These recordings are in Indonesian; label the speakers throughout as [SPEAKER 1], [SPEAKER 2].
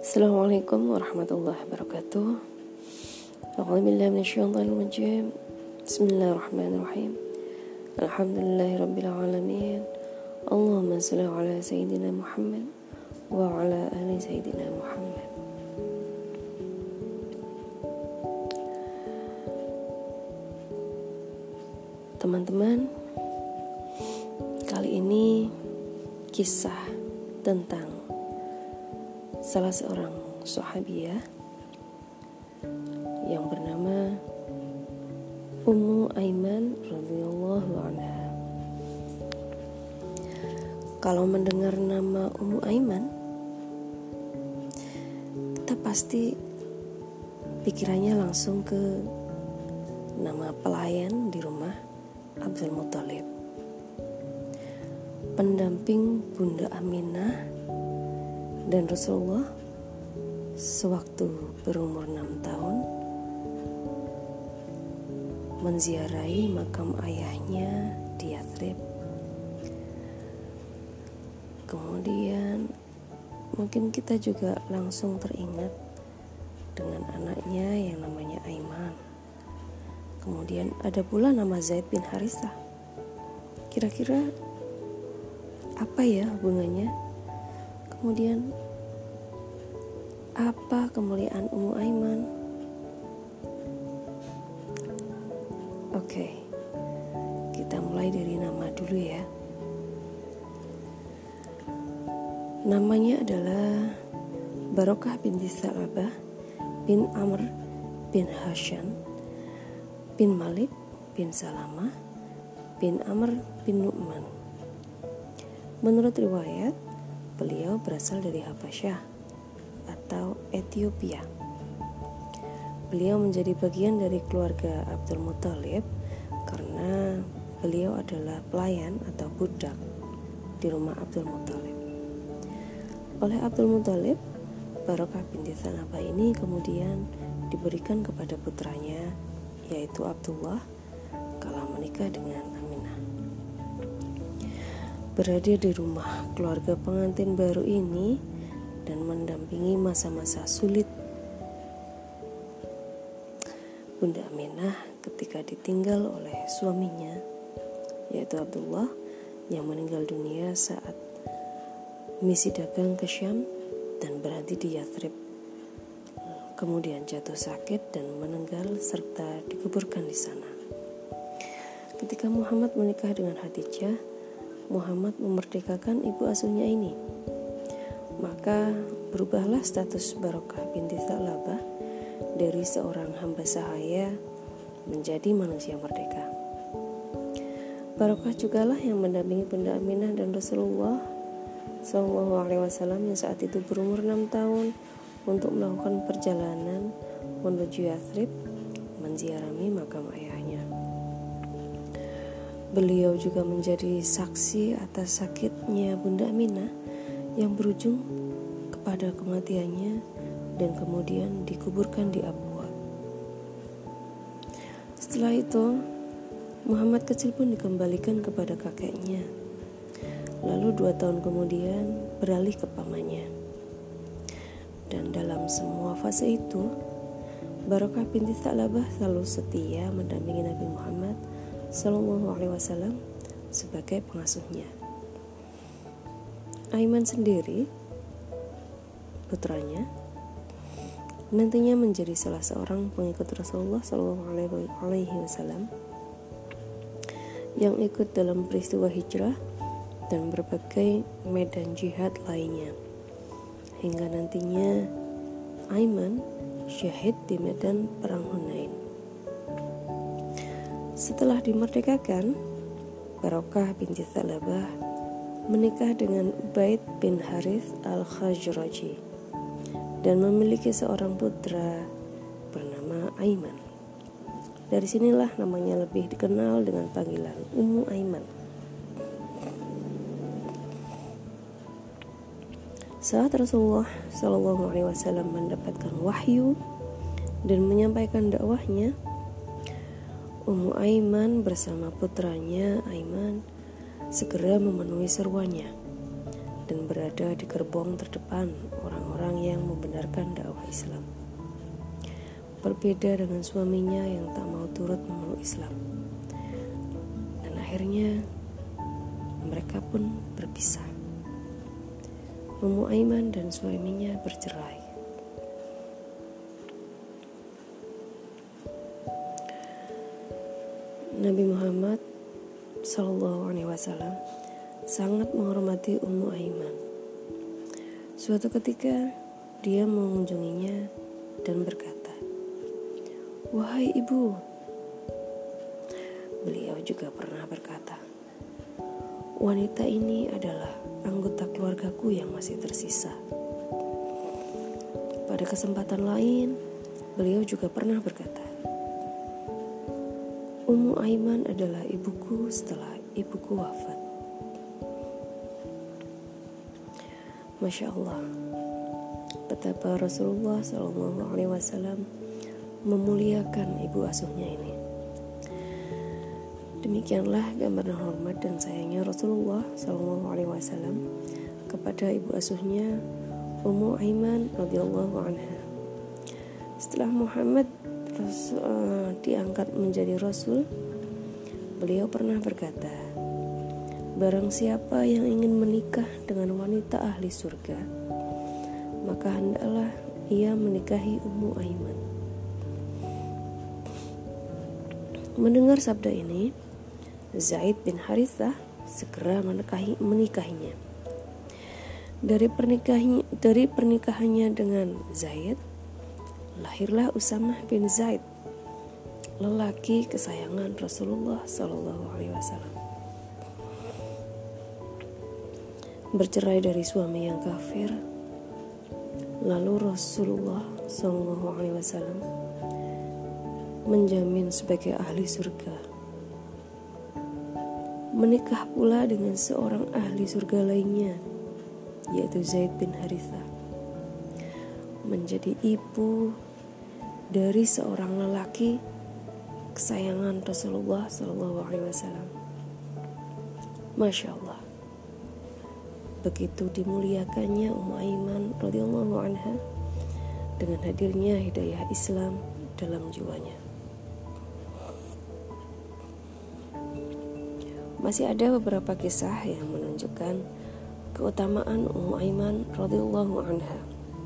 [SPEAKER 1] Assalamualaikum warahmatullahi wabarakatuh. A'udzubillahi minasyaitonir rajim. Bismillahirrahmanirrahim. Alhamdulillahirabbil alamin. Allahumma shalli ala sayyidina Muhammad wa ala ali sayyidina Muhammad. Teman-teman, kali ini kisah tentang salah seorang sahabiah yang bernama Ummu Aiman radhiyallahu anha. Kalau mendengar nama Ummu Aiman, kita pasti pikirannya langsung ke nama pelayan di rumah Abdul Muthalib, pendamping Bunda Aminah dan Rasulullah sewaktu berumur 6 tahun menziarahi makam ayahnya di Yathrib. Kemudian mungkin kita juga langsung teringat dengan anaknya yang namanya Aiman. Kemudian ada pula nama Zaid bin Harithah. Kira-kira apa ya hubungannya? Kemudian apa kemuliaan Ummu Aiman? Oke, kita mulai dari nama dulu ya. Namanya adalah Barokah binti Sa'labah bin Amr bin Hasham bin Malik bin Salamah bin Amr bin Nu'man. Menurut riwayat, beliau berasal dari Habasyah atau Ethiopia. Beliau menjadi bagian dari keluarga Abdul Muthalib karena beliau adalah pelayan atau budak di rumah Abdul Muthalib. Oleh Abdul Muthalib, Barokah binti Sa'labah ini kemudian diberikan kepada putranya, yaitu Abdullah, kala menikah dengan Aminah. Berada di rumah keluarga pengantin baru ini dan mendampingi masa-masa sulit Bunda Aminah ketika ditinggal oleh suaminya, yaitu Abdullah, yang meninggal dunia saat misi dagang ke Syam dan berhenti di Yathrib. Kemudian jatuh sakit dan meninggal serta dikuburkan di sana. Ketika Muhammad menikah dengan Khadijah, Muhammad memerdekakan ibu asuhnya ini. Maka berubahlah status Barokah binti Sa'labah dari seorang hamba sahaya menjadi manusia merdeka. Barokah jugalah yang mendampingi Bunda Aminah dan Rasulullah SAW yang saat itu berumur 6 tahun untuk melakukan perjalanan menuju Yathrib menziarahi makam ayahnya. Beliau juga menjadi saksi atas sakitnya Bunda Aminah yang berujung kepada kematiannya dan kemudian dikuburkan di Abwa. Setelah itu, Muhammad kecil pun dikembalikan kepada kakeknya. Lalu 2 tahun kemudian beralih ke pamannya. Dan dalam semua fase itu, Barokah binti Sa'labah selalu setia mendampingi Nabi Muhammad SAW sebagai pengasuhnya. Aiman sendiri, putranya, nantinya menjadi salah seorang pengikut Rasulullah SAW yang ikut dalam peristiwa hijrah dan berbagai medan jihad lainnya, hingga nantinya Aiman syahid di medan perang Hunain. Setelah dimerdekakan, Barokah binti Sa'labah menikah dengan Ubaid bin Harith al-Khazraji dan memiliki seorang putra bernama Aiman. Dari sinilah namanya lebih dikenal dengan panggilan Ummu Aiman. Saat Rasulullah SAW mendapatkan wahyu dan menyampaikan dakwahnya, Ummu Aiman bersama putranya Aiman segera memenuhi seruannya dan berada di gerbong terdepan orang-orang orang-orang yang membenarkan dakwah Islam. Berbeda dengan suaminya yang tak mau turut memeluk Islam. Dan akhirnya mereka pun berpisah. Ummu Aiman dan suaminya bercerai. Nabi Muhammad SAW sangat menghormati Ummu Aiman. Suatu ketika dia mengunjunginya dan berkata, "Wahai ibu." Beliau juga pernah berkata, "Wanita ini adalah anggota keluargaku yang masih tersisa." Pada kesempatan lain, beliau juga pernah berkata, "Ummu Aiman adalah ibuku setelah ibuku wafat." Masya Allah, betapa Rasulullah SAW memuliakan ibu asuhnya ini. Demikianlah gambaran hormat dan sayangnya Rasulullah SAW kepada ibu asuhnya Ummu Aiman radhiyallahu anha. Setelah Muhammad diangkat menjadi Rasul, beliau pernah berkata, "Barang siapa yang ingin menikah dengan wanita ahli surga, maka hendaklah ia menikahi Ummu Aiman." Mendengar sabda ini, Zaid bin Harithah segera menikahinya. Dari pernikahannya dengan Zaid, lahirlah Usamah bin Zaid, lelaki kesayangan Rasulullah SAW. Bercerai dari suami yang kafir, lalu Rasulullah SAW menjamin sebagai ahli surga. Menikah pula dengan seorang ahli surga lainnya, yaitu Zaid bin Harithah, menjadi ibu dari seorang lelaki kesayangan Rasulullah SAW. Masya Allah, begitu dimuliakannya Ummu Aiman radhiyallahu anha dengan hadirnya hidayah Islam dalam jiwanya. Masih ada beberapa kisah yang menunjukkan keutamaan Ummu Aiman radhiyallahu anha.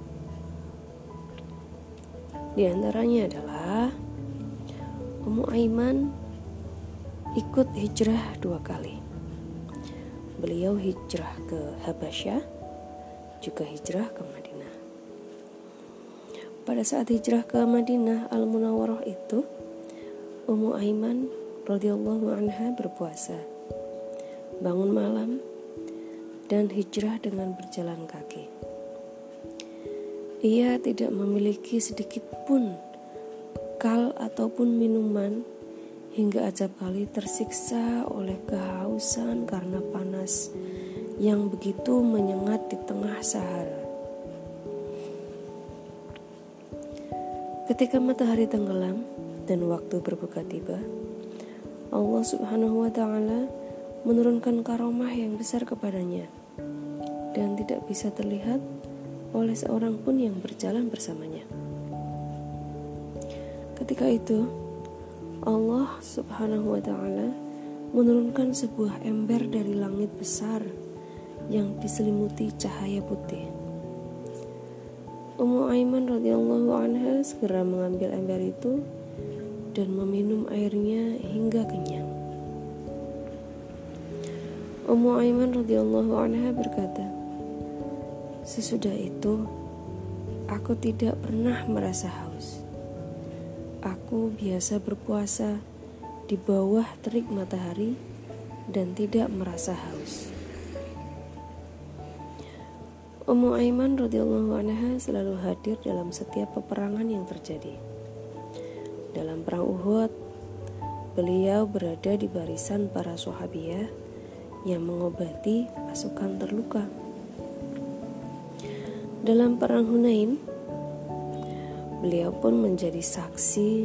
[SPEAKER 1] Di antaranya adalah Ummu Aiman ikut hijrah 2 kali. Beliau hijrah ke Habasyah, juga hijrah ke Madinah. Pada saat hijrah ke Madinah Al-Munawwarah itu, Ummu Aiman radhiyallahu anha berpuasa, bangun malam, dan hijrah dengan berjalan kaki. Ia tidak memiliki sedikit pun bekal ataupun minuman, hingga acap kali tersiksa oleh kehausan karena panas yang begitu menyengat di tengah Sahara. Ketika matahari tenggelam dan waktu berbuka tiba, Allah Subhanahu wa Ta'ala menurunkan karomah yang besar kepadanya dan tidak bisa terlihat oleh seorang pun yang berjalan bersamanya. Ketika itu Allah Subhanahu wa Ta'ala menurunkan sebuah ember dari langit besar yang diselimuti cahaya putih. Ummu Aiman radhiyallahu anha segera mengambil ember itu dan meminum airnya hingga kenyang. Ummu Aiman radhiyallahu anha berkata, "Sesudah itu, aku tidak pernah merasa haus. Aku biasa berpuasa di bawah terik matahari dan tidak merasa haus." Ummu Aiman radhiyallahu anha selalu hadir dalam setiap peperangan yang terjadi. Dalam perang Uhud, beliau berada di barisan para sahabiyah yang mengobati pasukan terluka. Dalam perang Hunain, beliau pun menjadi saksi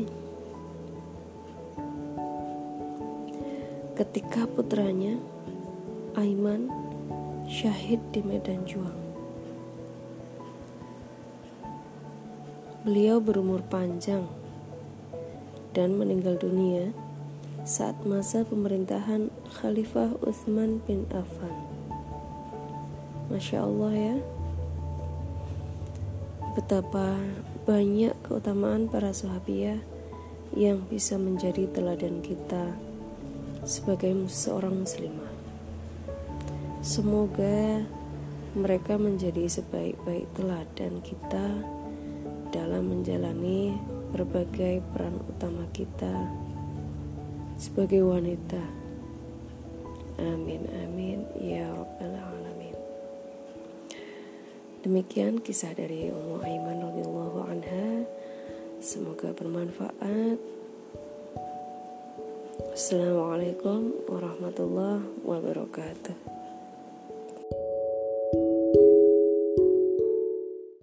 [SPEAKER 1] ketika putranya Aiman syahid di medan juang. Beliau berumur panjang dan meninggal dunia saat masa pemerintahan Khalifah Utsman bin Affan. Masya Allah ya, betapa banyak keutamaan para sahabiah yang bisa menjadi teladan kita sebagai seorang muslimah. Semoga mereka menjadi sebaik-baik teladan kita dalam menjalani berbagai peran utama kita sebagai wanita. Amin amin ya rabbal alamin. Demikian kisah dari Ummu Aiman radhiyallahu anha. Semoga bermanfaat. Assalamualaikum warahmatullahi wabarakatuh.